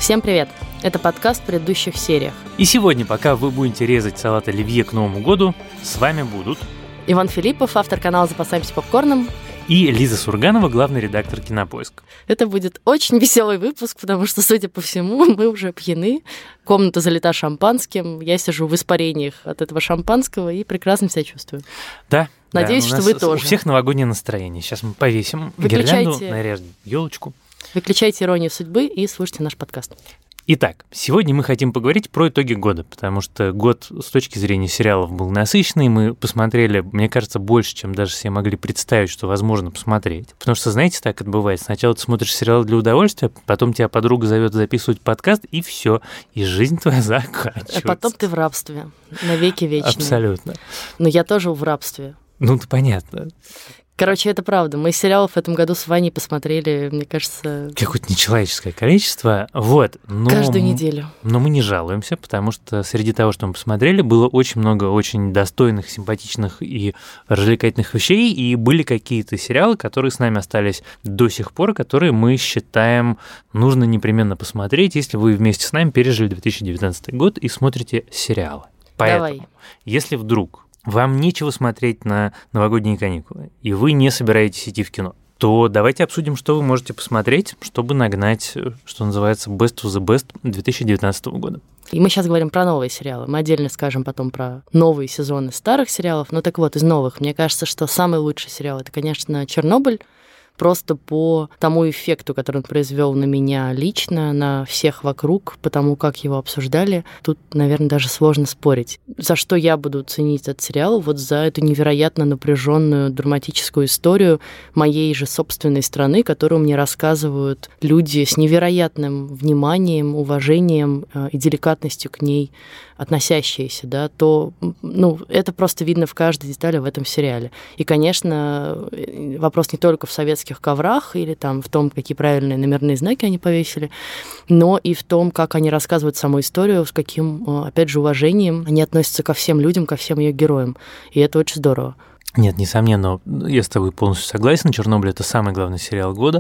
Всем привет! Это подкаст в предыдущих сериях. И сегодня, пока вы будете резать салат оливье к Новому году, с вами будут Иван Филиппов, автор канала «Запасаемся попкорном», и Лиза Сурганова, главный редактор «Кинопоиска». Это будет очень веселый выпуск, потому что, судя по всему, мы уже пьяны. Комната залита шампанским. Я сижу в испарениях от этого шампанского и прекрасно себя чувствую. Да. Надеюсь, что вы тоже. У всех новогоднее настроение. Сейчас мы повесим гирлянду, нарежем елочку. Выключайте иронию судьбы и слушайте наш подкаст. Итак, сегодня мы хотим поговорить про итоги года, потому что год с точки зрения сериалов был насыщенный. Мы посмотрели, мне кажется, больше, чем даже себе могли представить, что возможно посмотреть. Потому что, знаете, так это бывает. Сначала ты смотришь сериал для удовольствия, потом тебя подруга зовет записывать подкаст, и все, и жизнь твоя заканчивается. А потом ты в рабстве, навеки вечные. Абсолютно. Но я тоже в рабстве. Ну, это понятно. Короче, это правда. Мы сериалов в этом году с Ваней посмотрели, мне кажется... Какое-то нечеловеческое количество. Вот. Каждую неделю. Но мы не жалуемся, потому что среди того, что мы посмотрели, было очень много очень достойных, симпатичных и развлекательных вещей, и были какие-то сериалы, которые с нами остались до сих пор, которые мы считаем нужно непременно посмотреть, если вы вместе с нами пережили 2019 год и смотрите сериалы. Поэтому, если вдруг вам нечего смотреть на новогодние каникулы, и вы не собираетесь идти в кино, то давайте обсудим, что вы можете посмотреть, чтобы нагнать, что называется, best of the best 2019 года. И мы сейчас говорим про новые сериалы. Мы отдельно скажем потом про новые сезоны старых сериалов. Но так вот, из новых, мне кажется, что самый лучший сериал — это, конечно, «Чернобыль». Просто по тому эффекту, который он произвел на меня лично, на всех вокруг, по тому, как его обсуждали, тут, наверное, даже сложно спорить. За что я буду ценить этот сериал? Вот за эту невероятно напряженную драматическую историю моей же собственной страны, которую мне рассказывают люди с невероятным вниманием, уважением и деликатностью к ней относящиеся, да, то, это просто видно в каждой детали в этом сериале. И, конечно, вопрос не только в советских коврах или там в том, какие правильные номерные знаки они повесили, но и в том, как они рассказывают саму историю, с каким, опять же, уважением они относятся ко всем людям, ко всем ее героям. И это очень здорово. Нет, несомненно, я с тобой полностью согласен. «Чернобыль» — это самый главный сериал года.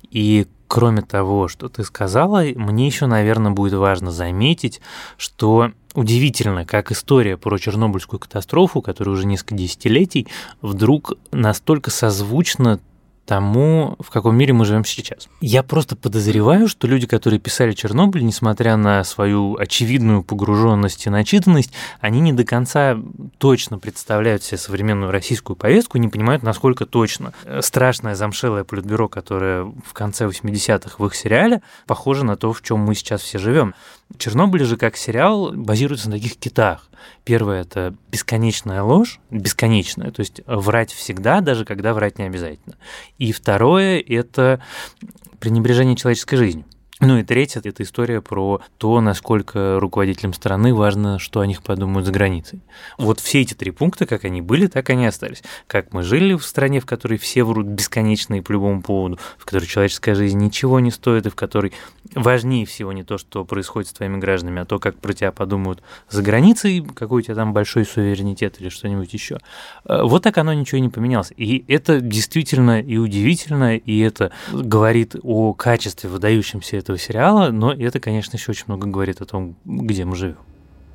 И кроме того, что ты сказала, мне еще, наверное, будет важно заметить, что удивительно, как история про Чернобыльскую катастрофу, которая уже несколько десятилетий, вдруг настолько созвучна тому, в каком мире мы живем сейчас. Я просто подозреваю, что люди, которые писали «Чернобыль», несмотря на свою очевидную погруженность и начитанность, они не до конца точно представляют себе современную российскую повестку, не понимают, насколько точно страшное замшелое политбюро, которое в конце 80-х в их сериале, похоже на то, в чем мы сейчас все живем. «Чернобыль» же как сериал базируется на таких китах. Первое – это бесконечная ложь, бесконечная, то есть врать всегда, даже когда врать не обязательно. И второе – это пренебрежение человеческой жизнью. Ну и третье – это история про то, насколько руководителям страны важно, что о них подумают за границей. Вот все эти три пункта, как они были, так они и остались. Как мы жили в стране, в которой все врут бесконечно и по любому поводу, в которой человеческая жизнь ничего не стоит, и в которой важнее всего не то, что происходит с твоими гражданами, а то, как про тебя подумают за границей, какой у тебя там большой суверенитет или что-нибудь еще. Вот так оно ничего не поменялось. И это действительно и удивительно, и это говорит о качестве выдающемся этого сериала, но это, конечно, еще очень много говорит о том, где мы живем.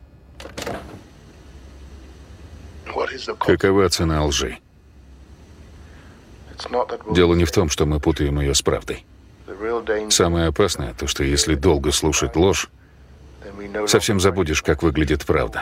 Какова цена лжи? Дело не в том, что мы путаем ее с правдой. Самое опасное то, что если долго слушать ложь, совсем забудешь, как выглядит правда.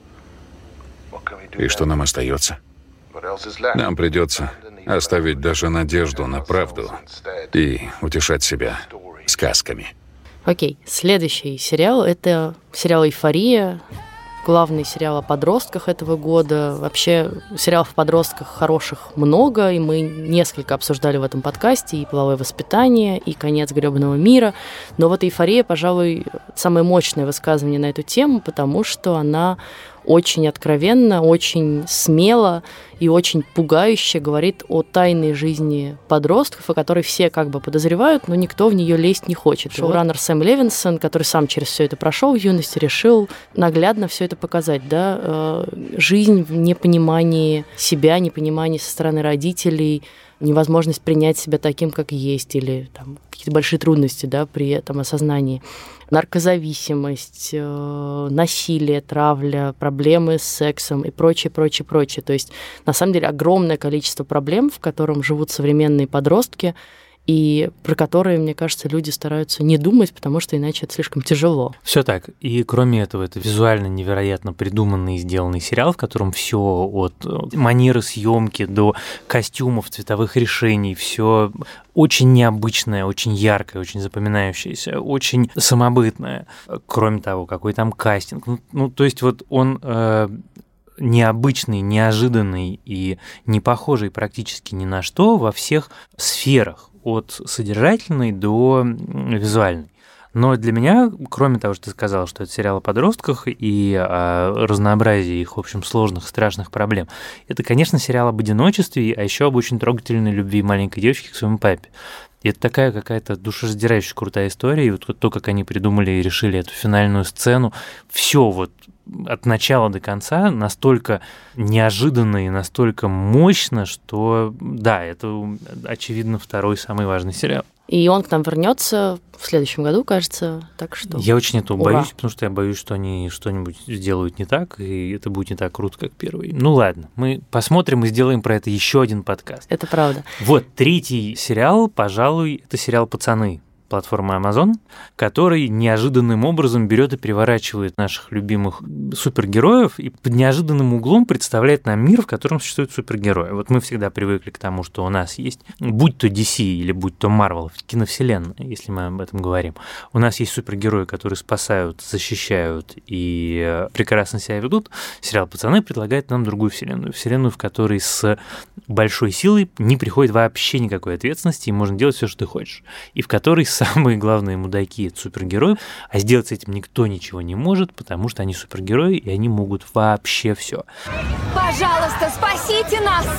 И что нам остается? Нам придется оставить даже надежду на правду и утешать себя сказками. Окей, следующий сериал – это сериал «Эйфория», главный сериал о подростках этого года. Вообще сериалов о подростках хороших много, и мы несколько обсуждали в этом подкасте и «Половое воспитание», и «Конец грёбаного мира». Но вот «Эйфория», пожалуй, самое мощное высказывание на эту тему, потому что она очень откровенно, очень смело и очень пугающе говорит о тайной жизни подростков, о которой все как бы подозревают, но никто в нее лезть не хочет. Шоураннер Сэм Левинсон, который сам через все это прошел в юности, решил наглядно все это показать, да, жизнь в непонимании себя, непонимании со стороны родителей, невозможность принять себя таким, как есть, или там, какие-то большие трудности, да, при этом осознании. Наркозависимость, насилие, травля, проблемы с сексом и прочее, прочее, прочее. То есть, на самом деле, огромное количество проблем, в котором живут современные подростки, и про которые, мне кажется, люди стараются не думать, потому что иначе это слишком тяжело. Все так. И кроме этого, это визуально невероятно придуманный и сделанный сериал, в котором все от манеры съемки до костюмов, цветовых решений, все очень необычное, очень яркое, очень запоминающееся, очень самобытное. Кроме того, какой там кастинг. Ну, то есть вот он необычный, неожиданный и не похожий практически ни на что во всех сферах, от содержательной до визуальной. Но для меня, кроме того, что ты сказал, что это сериал о подростках и о разнообразии их, в общем, сложных, страшных проблем, это, конечно, сериал об одиночестве, а еще об очень трогательной любви маленькой девочки к своему папе. И это такая какая-то душераздирающая крутая история, и вот то, как они придумали и решили эту финальную сцену, все вот от начала до конца настолько неожиданно и настолько мощно, что, да, это, очевидно, второй самый важный сериал. И он к нам вернется в следующем году, кажется, так что... Я очень этого боюсь, потому что я боюсь, что они что-нибудь сделают не так, и это будет не так круто, как первый. Ну ладно, мы посмотрим и сделаем про это еще один подкаст. Это правда. Вот, третий сериал, пожалуй, это сериал «Пацаны», платформы Amazon, который неожиданным образом берет и переворачивает наших любимых супергероев и под неожиданным углом представляет нам мир, в котором существуют супергерои. Вот мы всегда привыкли к тому, что у нас есть, будь то DC или будь то Marvel, киновселенная, если мы об этом говорим, у нас есть супергерои, которые спасают, защищают и прекрасно себя ведут. Сериал «Пацаны» предлагает нам другую вселенную, вселенную, в которой с большой силой не приходит вообще никакой ответственности, и можно делать все, что ты хочешь, и в которой самые главные мудаки — это супергерои, а сделать с этим никто ничего не может, потому что они супергерои, и они могут вообще все. Пожалуйста, спасите нас!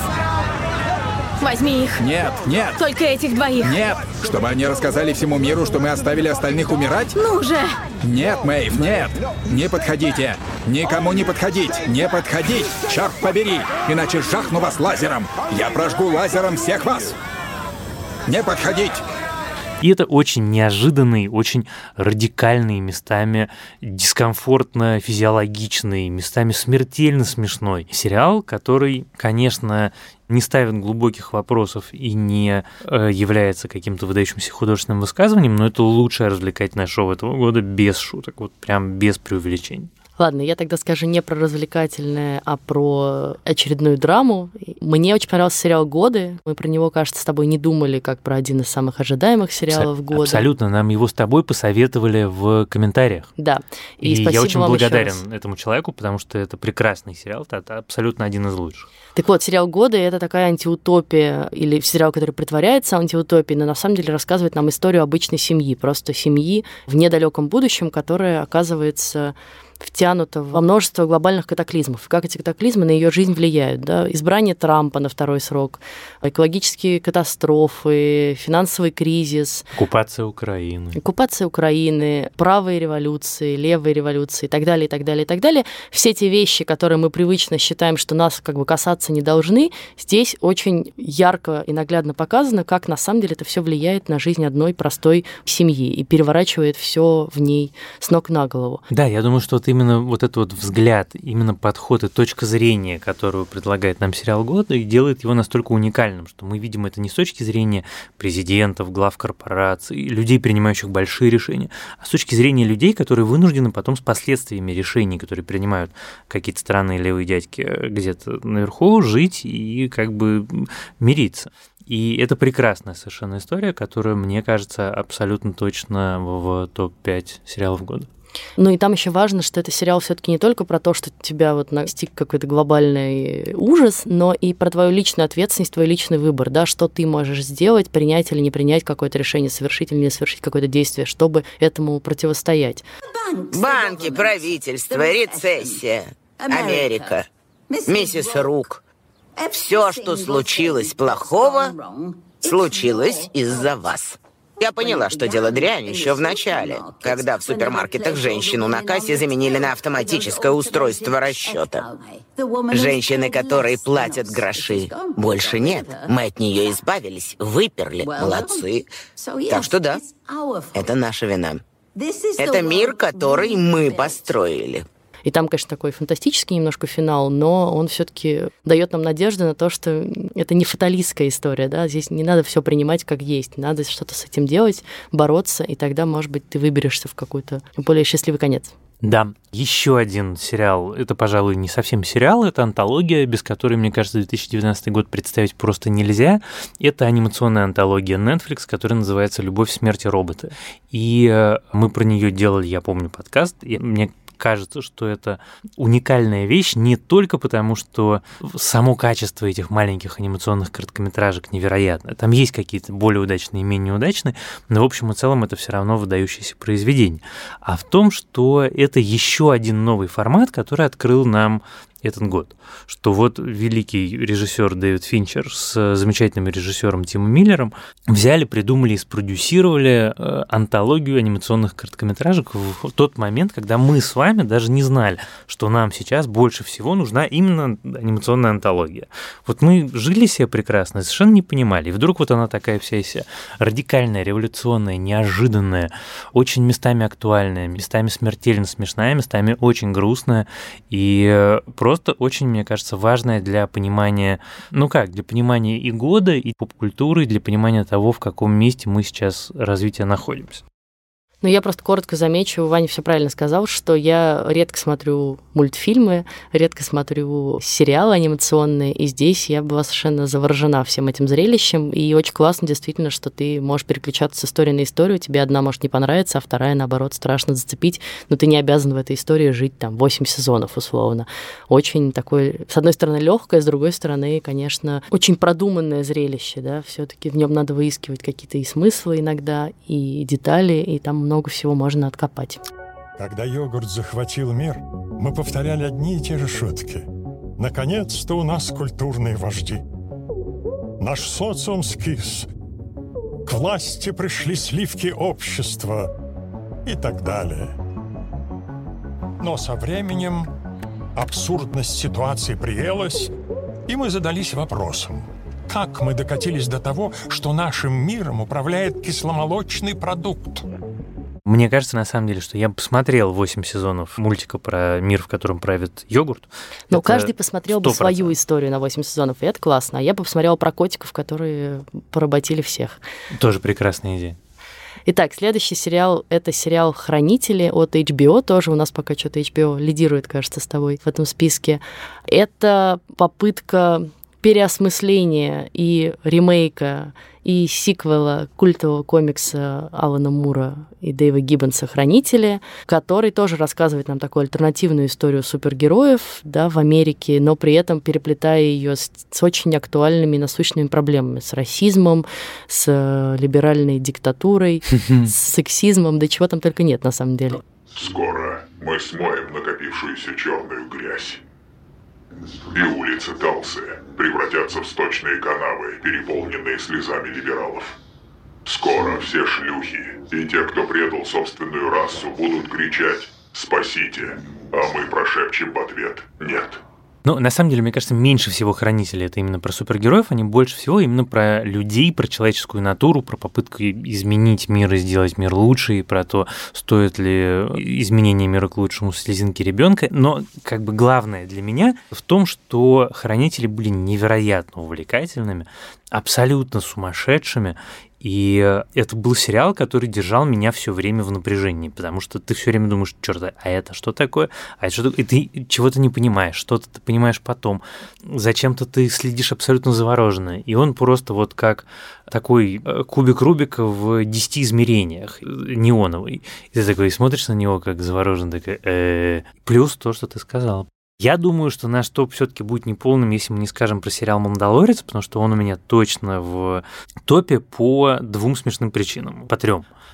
Возьми их. Нет, нет. Только этих двоих. Нет, чтобы они рассказали всему миру, что мы оставили остальных умирать? Ну же! Нет, Мэйв, нет. Не подходите. Никому не подходить. Не подходить, черт побери. Иначе жахну вас лазером. Я прожгу лазером всех вас. Не подходить. И это очень неожиданный, очень радикальный, местами дискомфортно физиологичный, местами смертельно смешной сериал, который, конечно, не ставит глубоких вопросов и не является каким-то выдающимся художественным высказыванием, но это лучшее развлекательное шоу этого года без шуток, вот прям без преувеличений. Ладно, я тогда скажу не про развлекательное, а про очередную драму. Мне очень понравился сериал «Годы». Мы про него, кажется, с тобой не думали, как про один из самых ожидаемых сериалов года. Абсолютно. Нам его с тобой посоветовали в комментариях. Да. И я очень благодарен этому человеку, потому что это прекрасный сериал, это абсолютно один из лучших. Так вот, сериал «Годы» — это такая антиутопия, или сериал, который притворяется антиутопией, но на самом деле рассказывает нам историю обычной семьи, просто семьи в недалеком будущем, которая оказывается втянута во множество глобальных катаклизмов. И как эти катаклизмы на ее жизнь влияют. Да? Избрание Трампа на второй срок, экологические катастрофы, финансовый кризис. Оккупация Украины, правые революции, левые революции и так далее, и так далее, и так далее. Все те вещи, которые мы привычно считаем, что нас как бы касаться не должны, здесь очень ярко и наглядно показано, как на самом деле это все влияет на жизнь одной простой семьи и переворачивает все в ней с ног на голову. Да, я думаю, что именно вот этот вот взгляд, именно подход и точка зрения, которую предлагает нам сериал года, и делает его настолько уникальным, что мы видим это не с точки зрения президентов, глав корпораций, людей, принимающих большие решения, а с точки зрения людей, которые вынуждены потом с последствиями решений, которые принимают какие-то странные левые дядьки где-то наверху, жить и как бы мириться. И это прекрасная совершенно история, которая, мне кажется, абсолютно точно в топ-5 сериалов года. Ну и там еще важно, что это сериал все-таки не только про то, что тебя вот настиг какой-то глобальный ужас, но и про твою личную ответственность, твой личный выбор, да, что ты можешь сделать, принять или не принять какое-то решение, совершить или не совершить какое-то действие, чтобы этому противостоять. Банки, правительство, рецессия, Америка, миссис Рук. Все, что случилось плохого, случилось из-за вас. Я поняла, что дело дрянь еще в начале, когда в супермаркетах женщину на кассе заменили на автоматическое устройство расчета. Женщины, которые платят гроши, больше нет. Мы от нее избавились, выперли. Молодцы. Так что да, это наша вина. Это мир, который мы построили. И там, конечно, такой фантастический немножко финал, но он все-таки дает нам надежду на то, что это не фаталистская история, да, здесь не надо все принимать как есть, надо что-то с этим делать, бороться, и тогда, может быть, ты выберешься в какой-то более счастливый конец. Да, еще один сериал, это, пожалуй, не совсем сериал, это антология, без которой, мне кажется, 2019 год представить просто нельзя. Это анимационная антология Netflix, которая называется «Любовь, смерть и роботы». И мы про нее делали, я помню, подкаст, и мне кажется, что это уникальная вещь не только потому, что само качество этих маленьких анимационных короткометражек невероятно. Там есть какие-то более удачные и менее удачные, но в общем и целом это все равно выдающееся произведение. А в том, что это еще один новый формат, который открыл нам этот год, что вот великий режиссер Дэвид Финчер с замечательным режиссером Тимом Миллером взяли, придумали и спродюсировали антологию анимационных короткометражек в тот момент, когда мы с вами даже не знали, что нам сейчас больше всего нужна именно анимационная антология. Вот мы жили себе прекрасно, совершенно не понимали, и вдруг вот она такая вся радикальная, революционная, неожиданная, очень местами актуальная, местами смертельно смешная, местами очень грустная, и просто очень, мне кажется, важное для понимания, для понимания и года, и поп-культуры, для понимания того, в каком месте мы сейчас развития находимся. Ну, я просто коротко замечу, Ваня все правильно сказал, что я редко смотрю мультфильмы, редко смотрю сериалы анимационные, и здесь я была совершенно заворожена всем этим зрелищем, и очень классно действительно, что ты можешь переключаться с истории на историю, тебе одна может не понравиться, а вторая, наоборот, страшно зацепить, но ты не обязан в этой истории жить там 8 сезонов, условно. Очень такое, с одной стороны, легкое, с другой стороны, конечно, очень продуманное зрелище, да, все-таки в нем надо выискивать какие-то и смыслы иногда, и детали, и там много всего можно откопать. Когда йогурт захватил мир, мы повторяли одни и те же шутки. Наконец-то у нас культурные вожди. Наш социум скис. К власти пришли сливки общества. И так далее. Но со временем абсурдность ситуации приелась, и мы задались вопросом. Как мы докатились до того, что нашим миром управляет кисломолочный продукт? Мне кажется, на самом деле, что я посмотрел 8 сезонов мультика про мир, в котором правит йогурт. Но каждый посмотрел 100%. Бы свою историю на 8 сезонов, и это классно. А я бы посмотрела про котиков, которые поработили всех. Тоже прекрасная идея. Итак, следующий сериал – это сериал «Хранители» от HBO. Тоже у нас пока что-то HBO лидирует, кажется, с тобой в этом списке. Это попытка переосмысления и ремейка, и сиквела культового комикса Алана Мура и Дэйва Гиббонса «Хранители», который тоже рассказывает нам такую альтернативную историю супергероев, да, в Америке, но при этом переплетая ее с очень актуальными и насущными проблемами, с расизмом, с либеральной диктатурой, с сексизмом, да чего там только нет на самом деле. Скоро мы смоем накопившуюся черную грязь. И улицы Талсы превратятся в сточные канавы, переполненные слезами либералов. Скоро все шлюхи и те, кто предал собственную расу, будут кричать «Спасите!», а мы прошепчем в ответ «Нет». Ну, на самом деле, мне кажется, меньше всего «Хранители» — это именно про супергероев, они больше всего именно про людей, про человеческую натуру, про попытку изменить мир и сделать мир лучше, и про то, стоит ли изменение мира к лучшему слезинки ребенка. Но как бы главное для меня в том, что «Хранители» были невероятно увлекательными, абсолютно сумасшедшими, и это был сериал, который держал меня все время в напряжении, потому что ты все время думаешь, черт, а это что такое? А это что такое? И ты чего-то не понимаешь, что-то ты понимаешь потом. Зачем-то ты следишь абсолютно завороженно. И он просто вот как такой кубик Рубика в 10 измерениях, неоновый. И ты такой смотришь на него как завороженный, такой, плюс то, что ты сказал. Я думаю, что наш топ все-таки будет неполным, если мы не скажем про сериал «Мандалорец», потому что он у меня точно в топе по 2 смешным причинам, по 3.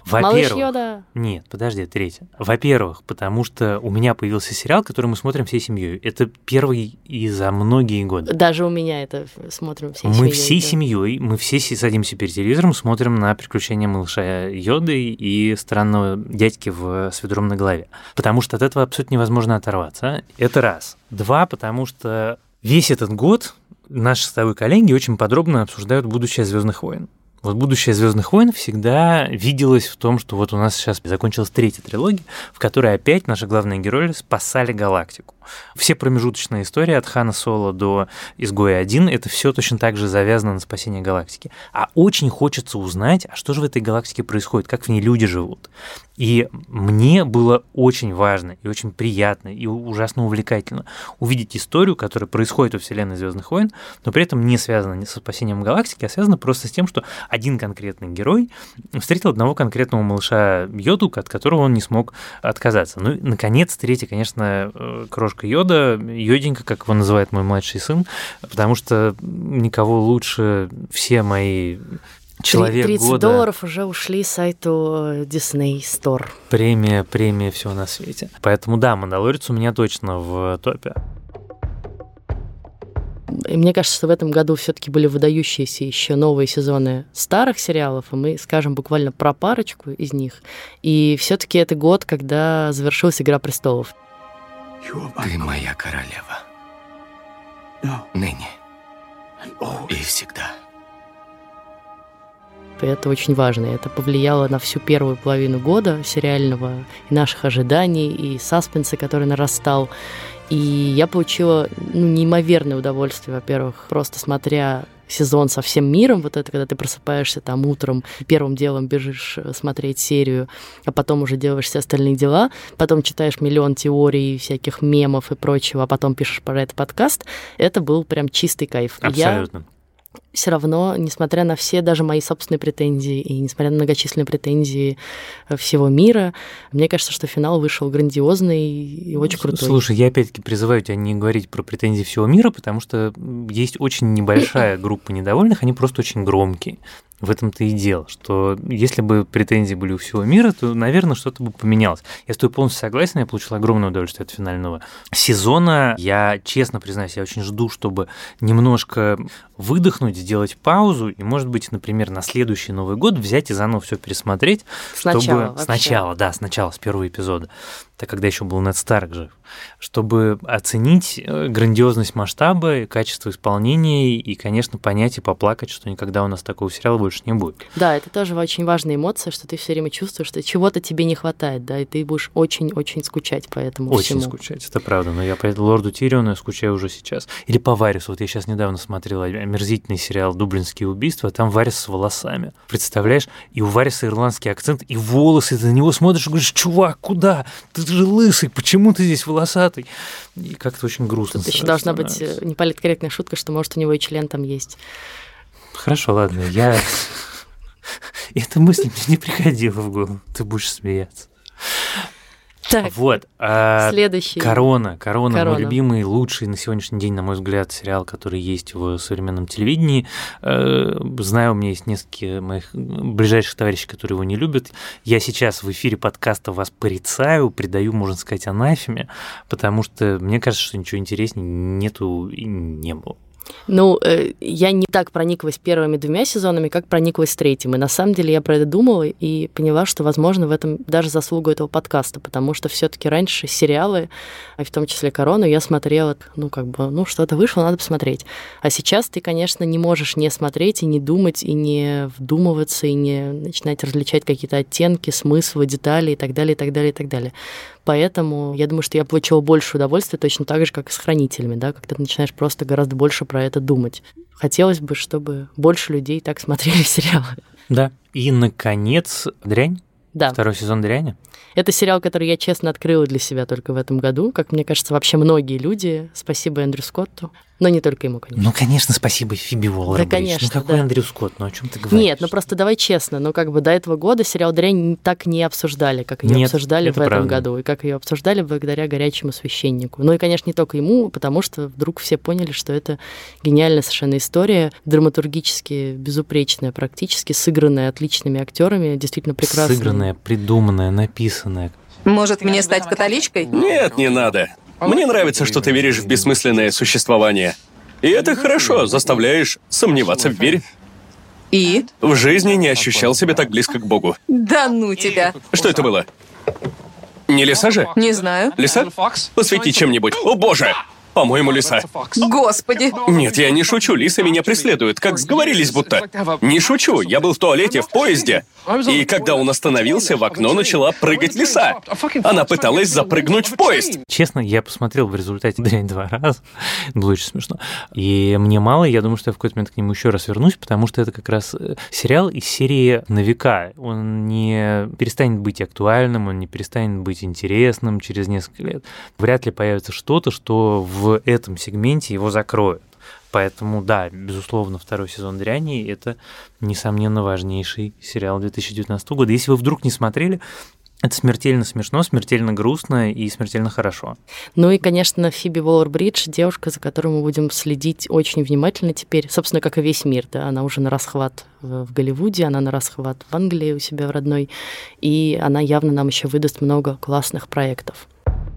Малыш Йода. Нет, подожди, третье. Во-первых, потому что у меня появился сериал, который мы смотрим всей семьей. Это первый и за многие годы. Даже у меня это смотрим всей семьей. Мы всей семьей, мы все садимся перед телевизором, смотрим на приключения малыша Йоды и странного дядьки с ведром на голове. Потому что от этого абсолютно невозможно оторваться. Это раз. Два, потому что весь этот год наши с тобой коллеги очень подробно обсуждают будущее «Звездных войн». Вот будущее «Звездных войн» всегда виделось в том, что вот у нас сейчас закончилась третья трилогия, в которой опять наши главные герои спасали галактику. Все промежуточные истории от Хана Соло до Изгоя-1 это все точно так же завязано на спасение галактики. А очень хочется узнать, а что же в этой галактике происходит, как в ней люди живут. И мне было очень важно и очень приятно и ужасно увлекательно увидеть историю, которая происходит во вселенной «Звездных войн», но при этом не связана не со спасением галактики, а связана просто с тем, что один конкретный герой встретил одного конкретного малыша Йоду, от которого он не смог отказаться. Ну и, наконец, третий, конечно, крошка Йода, Йоденька, как его называет мой младший сын, потому что никого лучше все мои... Человек $30 года. уже ушли сайту Disney Store. Премия, все на свете. Поэтому да, «Мандалорец» у меня точно в топе. И мне кажется, что в этом году все-таки были выдающиеся еще новые сезоны старых сериалов, и мы скажем буквально про парочку из них. И все-таки это год, когда завершилась «Игра престолов». Ты моя королева. Ныне и всегда. Это очень важно. Это повлияло на всю первую половину года сериального, и наших ожиданий, и саспенса, который нарастал. И я получила неимоверное удовольствие, во-первых, просто смотря сезон со всем миром, вот это, когда ты просыпаешься там утром, первым делом бежишь смотреть серию, а потом уже делаешь все остальные дела, потом читаешь миллион теорий, всяких мемов и прочего, а потом пишешь про этот подкаст, это был прям чистый кайф. Абсолютно. Все равно, несмотря на все даже мои собственные претензии и несмотря на многочисленные претензии всего мира, мне кажется, что финал вышел грандиозный и очень крутой. Слушай, я опять-таки призываю тебя не говорить про претензии всего мира, потому что есть очень небольшая группа недовольных, они просто очень громкие. В этом-то и дело, что если бы претензии были у всего мира, то, наверное, что-то бы поменялось. Я с тобой полностью согласен, я получил огромное удовольствие от финального сезона. Я, честно признаюсь, я очень жду, чтобы немножко выдохнуть, сделать паузу и, может быть, например, на следующий Новый год взять и заново все пересмотреть. Сначала, с первого эпизода, так когда еще был Нед Старк жив, чтобы оценить грандиозность масштаба, качество исполнения и, конечно, понять и поплакать, что никогда у нас такого сериала больше не будет. Да, это тоже очень важная эмоция, что ты все время чувствуешь, что чего-то тебе не хватает, да, и ты будешь очень-очень скучать по этому всему. Очень скучать, это правда, но я по Лорду Тириону я скучаю уже сейчас. Или по Варису, вот я сейчас недавно смотрел омерзительный сериал «Дублинские убийства», там Варис с волосами, представляешь? И у Вариса ирландский акцент, и волосы, ты на него смотришь и говоришь: чувак, куда? Ты же лысый, почему ты здесь волосатый? И как-то очень грустно. Тут еще должна быть неполиткорректная шутка, что, может, у него и член там есть. Хорошо, ладно, эта мысль мне не приходила в голову, ты будешь смеяться. Так, вот, следующий. Корона, мой любимый, лучший на сегодняшний день, на мой взгляд, сериал, который есть в современном телевидении. Знаю, у меня есть несколько моих ближайших товарищей, которые его не любят. Я сейчас в эфире подкаста вас порицаю, предаю, можно сказать, анафеме, потому что мне кажется, что ничего интереснее нету и не было. Ну, я не так прониклась первыми 2 сезонами, как прониклась третьим. И на самом деле я про это думала и поняла, что, возможно, в этом даже заслуга этого подкаста, потому что все-таки раньше сериалы, в том числе «Корону», я смотрела, что-то вышло, надо посмотреть. А сейчас ты, конечно, не можешь не смотреть и не думать, и не вдумываться, и не начинать различать какие-то оттенки, смыслы, детали и так далее, и так далее, и так далее. Поэтому я думаю, что я получила больше удовольствия точно так же, как и с «Хранителями», да, когда ты начинаешь просто гораздо больше про это думать. Хотелось бы, чтобы больше людей так смотрели сериалы. Да. И, наконец, «Дрянь». Да. 2-й сезон «Дряни». Это сериал, который я, честно, открыла для себя только в этом году. Как мне кажется, вообще многие люди. Спасибо Эндрю Скотту. Но не только ему, конечно. Ну, конечно, спасибо Фиби Уоллер-Бридж. Да, конечно, какой да. Андрю Скотт, о чем ты говоришь? Нет, просто давай честно, до этого года сериал «Дрянь» так не обсуждали, как ее обсуждали в этом году, и как ее обсуждали благодаря «Горячему священнику». Ну и, конечно, не только ему, потому что вдруг все поняли, что это гениальная совершенно история, драматургически безупречная практически, сыгранная отличными актерами, действительно прекрасная. Сыгранная, придуманная, написанная. Может, мне стать католичкой? Нет, не надо. Мне нравится, что ты веришь в бессмысленное существование. И это хорошо, заставляешь сомневаться в вере. И? В жизни не ощущал себя так близко к Богу. Да ну тебя. Что это было? Не лиса же? Не знаю. Лиса? Посвети чем-нибудь. О боже! По-моему, лиса. Господи. Нет, я не шучу, лисы меня преследуют, как сговорились будто. Не шучу, я был в туалете в поезде, и когда он остановился, в окно начала прыгать лиса. Она пыталась запрыгнуть в поезд. Честно, я посмотрел в результате «Дрянь» 2 раза. Было очень смешно. И мне мало, я думаю, что я в какой-то момент к нему еще раз вернусь, потому что это как раз сериал из серии «На века». Он не перестанет быть актуальным, он не перестанет быть интересным через несколько лет. Вряд ли появится что-то, что в этом сегменте его закроют. Поэтому, да, безусловно, второй сезон «Дряни» — это, несомненно, важнейший сериал 2019 года. Если вы вдруг не смотрели, это смертельно смешно, смертельно грустно и смертельно хорошо. Ну и, конечно, Фиби Уоллер-Бридж, девушка, за которой мы будем следить очень внимательно теперь, собственно, как и весь мир, да, она уже на расхват в Голливуде, она на расхват в Англии у себя в родной, и она явно нам еще выдаст много классных проектов.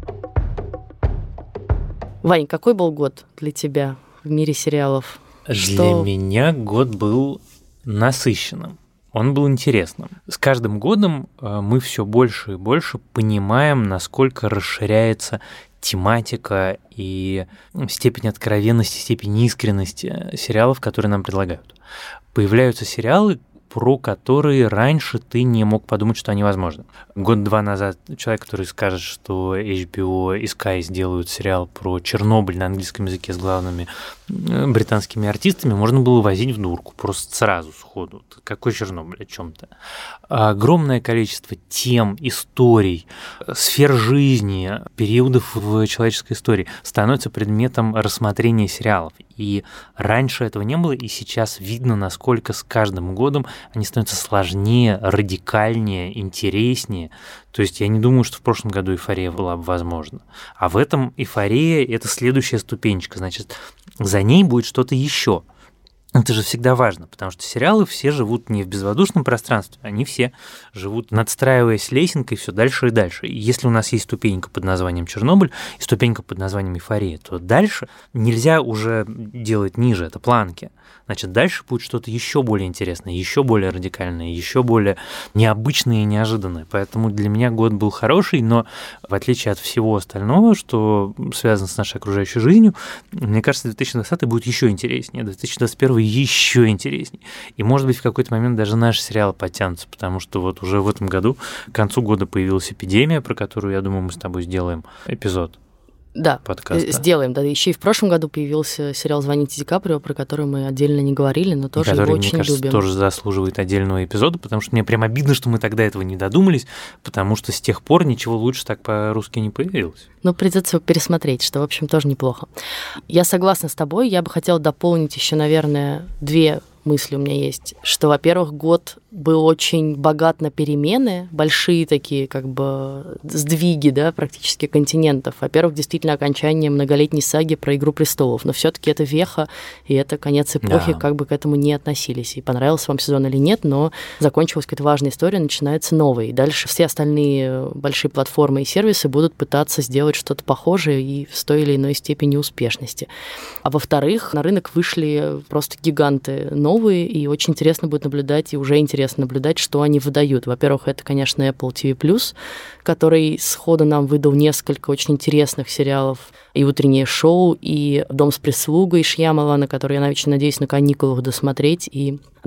Вань, какой был год для тебя в мире сериалов? Для меня год был насыщенным. Он был интересным. С каждым годом мы все больше и больше понимаем, насколько расширяется тематика и степень откровенности, степень искренности сериалов, которые нам предлагают. Появляются сериалы, про которые раньше ты не мог подумать, что они возможны. Год-два назад человек, который скажет, что HBO и Sky сделают сериал про Чернобыль на английском языке с главными британскими артистами, можно было возить в дурку, просто сразу, сходу. Какой Чернобыль, о чем-то? Огромное количество тем, историй, сфер жизни, периодов в человеческой истории становится предметом рассмотрения сериалов. И раньше этого не было, и сейчас видно, насколько с каждым годом они становятся сложнее, радикальнее, интереснее. То есть я не думаю, что в прошлом году эйфория была бы возможна. А в этом эйфория – это следующая ступенечка. Значит, за ней будет что-то еще. Это же всегда важно, потому что сериалы все живут не в безвоздушном пространстве, они все живут, надстраиваясь лесенкой все дальше и дальше. И если у нас есть ступенька под названием Чернобыль и ступенька под названием эйфория, то дальше нельзя уже делать ниже, это планки. Значит, дальше будет что-то еще более интересное, еще более радикальное, еще более необычное и неожиданное. Поэтому для меня год был хороший, но в отличие от всего остального, что связано с нашей окружающей жизнью, мне кажется, 2020 будет еще интереснее, 2021 еще интереснее. И, может быть, в какой-то момент даже наши сериалы подтянутся, потому что вот уже в этом году, к концу года появилась «Эпидемия», про которую, я думаю, мы с тобой сделаем эпизод. Да, подкаста. Сделаем. Да. Еще и в прошлом году появился сериал «Звоните Ди Каприо», про который мы отдельно не говорили, но тоже его очень мне кажется, любим. Тоже заслуживает отдельного эпизода, потому что мне прям обидно, что мы тогда этого не додумались, потому что с тех пор ничего лучше так по-русски не появилось. Ну, придется его пересмотреть, что, в общем, тоже неплохо. Я согласна с тобой. Я бы хотела дополнить еще, наверное, две мысли у меня есть, что, во-первых, год был очень богат на перемены, большие такие как бы сдвиги, да, практически континентов. Во-первых, действительно окончание многолетней саги про «Игру престолов», но все-таки это веха, и это конец эпохи, да. Как бы к этому не относились. И понравился вам сезон или нет, но закончилась какая-то важная история, начинается новая. И дальше все остальные большие платформы и сервисы будут пытаться сделать что-то похожее и с той или иной степени успешности. А во-вторых, на рынок вышли просто гиганты новые, и очень интересно будет наблюдать, и уже интересно наблюдать, что они выдают. Во-первых, это, конечно, Apple TV+, который сходу нам выдал несколько очень интересных сериалов, и «Утреннее шоу», и «Дом с прислугой» Шьямалана, который я очень надеюсь на каникулах досмотреть, и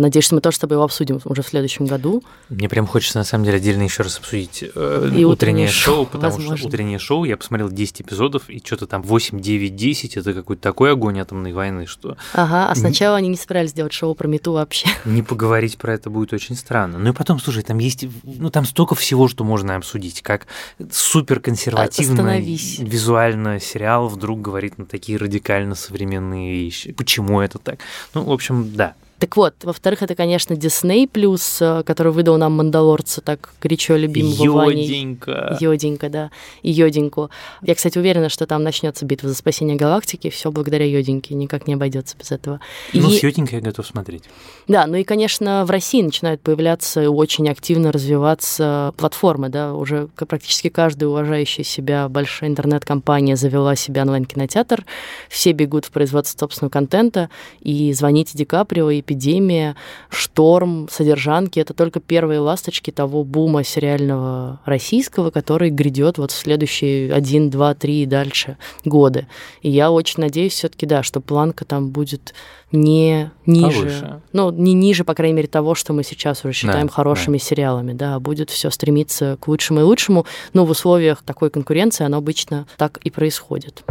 Надеюсь, что мы тоже с тобой его обсудим уже в следующем году. Мне прям хочется, на самом деле, отдельно еще раз обсудить утреннее шоу, потому возможно. что утреннее шоу, я посмотрел 10 эпизодов, и что-то там 8, 9, 10, это какой-то такой огонь атомной войны, что... Ага, а сначала они не собирались делать шоу про мету вообще. Не поговорить про это будет очень странно. Ну и потом, слушай, там есть, там столько всего, что можно обсудить, как суперконсервативный визуально сериал вдруг говорит на такие радикально современные вещи. Почему это так? Ну, в общем, да. Так вот, во-вторых, это, конечно, Disney+, который выдал нам «Мандалорца», так горячо любимого Ваней. Йоденька, да, и Йоденьку. Я, кстати, уверена, что там начнется битва за спасение галактики, все благодаря Йоденьке, никак не обойдется без этого. Ну, с Йоденькой я готов смотреть. Да, ну и, конечно, в России начинают появляться и очень активно развиваться платформы, да, уже практически каждая уважающая себя большая интернет-компания завела себе онлайн-кинотеатр, все бегут в производство собственного контента, и «Звоните Ди Каприо», и «Эпидемия», «Шторм», «Содержанки» — это только первые ласточки того бума сериального российского, который грядет вот в следующие 1, 2, 3 и дальше годы. И я очень надеюсь все-таки, да, что планка там будет не ниже, повыше. Ну, не ниже, по крайней мере, того, что мы сейчас уже считаем хорошими сериалами, да, будет все стремиться к лучшему и лучшему, но в условиях такой конкуренции оно обычно так и происходит.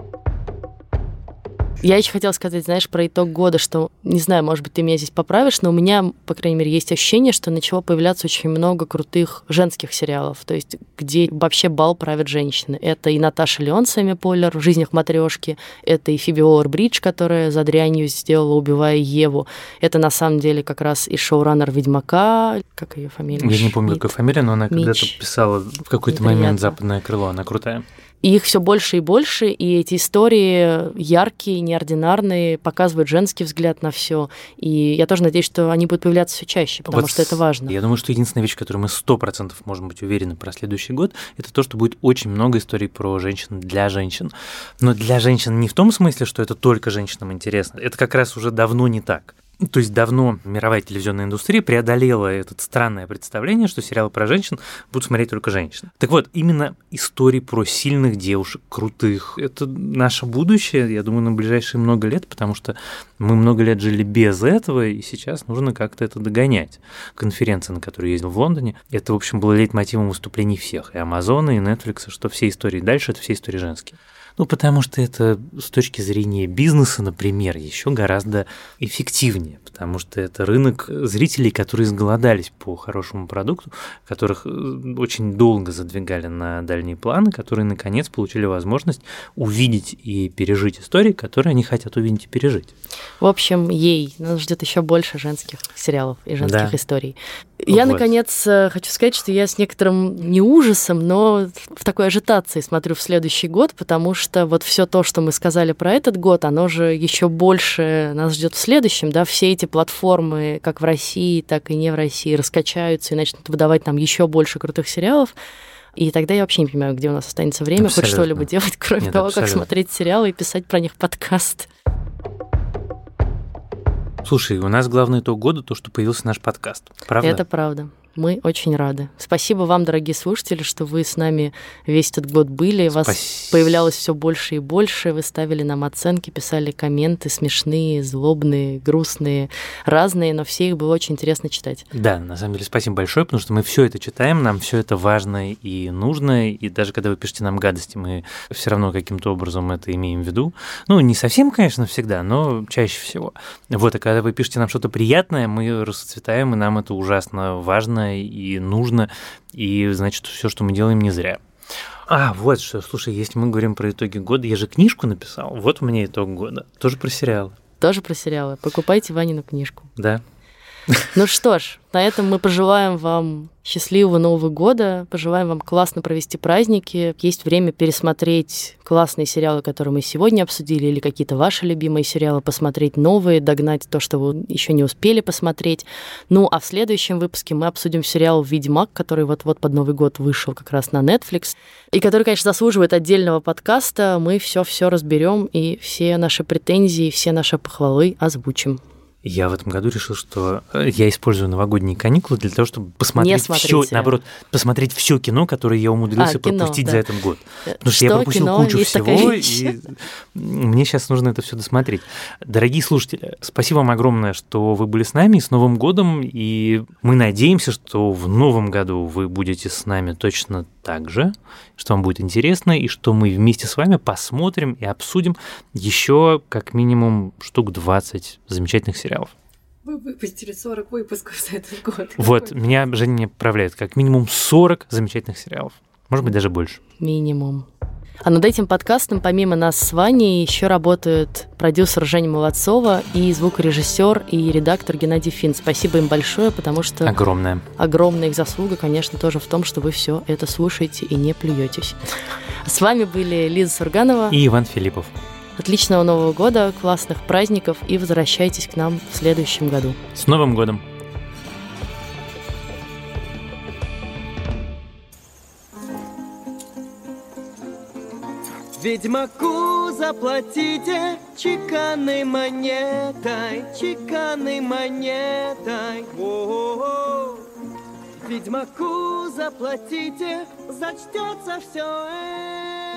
Я еще хотела сказать, знаешь, про итог года, что, не знаю, может быть, ты меня здесь поправишь, но у меня, по крайней мере, есть ощущение, что начало появляться очень много крутых женских сериалов, то есть где вообще бал правят женщины. Это и Наташа Леон с Эми Поллер в «Жизнях матрешки», это и Фиби Уоллер-Бридж, которая за дрянью сделала «Убивая Еву». Это, на самом деле, как раз и шоураннер «Ведьмака», как ее фамилия? Я не помню, какая фамилия, но она когда-то писала в какой-то момент «Западное крыло», она крутая. И их все больше и больше, и эти истории яркие, неординарные, показывают женский взгляд на все. И я тоже надеюсь, что они будут появляться все чаще, потому что это важно. Я думаю, что единственная вещь, в которой мы 100% можем быть уверены про следующий год, это то, что будет очень много историй про женщин для женщин. Но для женщин не в том смысле, что это только женщинам интересно. Это как раз уже давно не так. То есть давно мировая телевизионная индустрия преодолела это странное представление, что сериалы про женщин будут смотреть только женщины. Так вот, именно истории про сильных девушек, крутых, это наше будущее, я думаю, на ближайшие много лет, потому что мы много лет жили без этого, и сейчас нужно как-то это догонять. Конференция, на которую я ездил в Лондоне, это, в общем, было лейтмотивом выступлений всех, и Амазона, и Netflix, что все истории дальше – это все истории женские. Ну, потому что это с точки зрения бизнеса, например, еще гораздо эффективнее, потому что это рынок зрителей, которые изголодались по хорошему продукту, которых очень долго задвигали на дальние планы, которые, наконец, получили возможность увидеть и пережить истории, которые они хотят увидеть и пережить. В общем, нас ждет еще больше женских сериалов и женских историй. Я, наконец, хочу сказать, что я с некоторым не ужасом, но в такой ажитации смотрю в следующий год, потому что вот все то, что мы сказали про этот год, оно же еще больше нас ждет в следующем, да, все эти платформы, как в России, так и не в России, раскачаются и начнут выдавать нам еще больше крутых сериалов. И тогда я вообще не понимаю, где у нас останется время хоть что-либо делать, кроме того, как смотреть сериалы и писать про них подкаст. Слушай, у нас главный итог года то, что появился наш подкаст. Правда? Это правда. Мы очень рады. Спасибо вам, дорогие слушатели, что вы с нами весь этот год были. Вас появлялось все больше и больше. Вы ставили нам оценки, писали комменты смешные, злобные, грустные, разные, но все их было очень интересно читать. Да, на самом деле спасибо большое, потому что мы все это читаем, нам все это важно и нужно, и даже когда вы пишете нам гадости, мы все равно каким-то образом это имеем в виду. Ну, не совсем, конечно, всегда, но чаще всего. Вот, а когда вы пишете нам что-то приятное, мы расцветаем, и нам это ужасно важно и нужно, и значит, все, что мы делаем, не зря. Вот что, слушай, если мы говорим про итоги года, я же книжку написал, вот у меня итог года, тоже про сериалы. Тоже про сериалы. Покупайте Ванину книжку. Да. Ну что ж, на этом мы пожелаем вам счастливого Нового года, пожелаем вам классно провести праздники. Есть время пересмотреть классные сериалы, которые мы сегодня обсудили, или какие-то ваши любимые сериалы, посмотреть новые, догнать то, что вы еще не успели посмотреть. Ну, а в следующем выпуске мы обсудим сериал «Ведьмак», который вот-вот под Новый год вышел как раз на Netflix, и который, конечно, заслуживает отдельного подкаста. Мы все разберем и все наши претензии, все наши похвалы озвучим. Я в этом году решил, что я использую новогодние каникулы для того, чтобы посмотреть все, наоборот, посмотреть все кино, которое я умудрился пропустить за этот год. Потому что я пропустил кучу всего, и мне сейчас нужно это все досмотреть. Дорогие слушатели, спасибо вам огромное, что вы были с нами, с Новым годом, и мы надеемся, что в новом году вы будете с нами точно так же, что вам будет интересно, и что мы вместе с вами посмотрим и обсудим еще как минимум штук 20 замечательных сериалов. Вы выпустили 40 выпусков за этот год. Вот, меня Женя не поправляет. Как минимум 40 замечательных сериалов. Может быть, даже больше. Минимум. А над этим подкастом, помимо нас с Ваней, еще работают продюсер Женя Молодцова и звукорежиссер и редактор Геннадий Фин. Спасибо им большое, потому что... Огромная их заслуга, конечно, тоже в том, что вы все это слушаете и не плюетесь. С вами были Лиза Сурганова и Иван Филиппов. Отличного Нового года, классных праздников и возвращайтесь к нам в следующем году. С Новым годом! Ведьмаку заплатите чеканной монетой, чеканной монетой. О-о-о. Ведьмаку заплатите, зачтется все.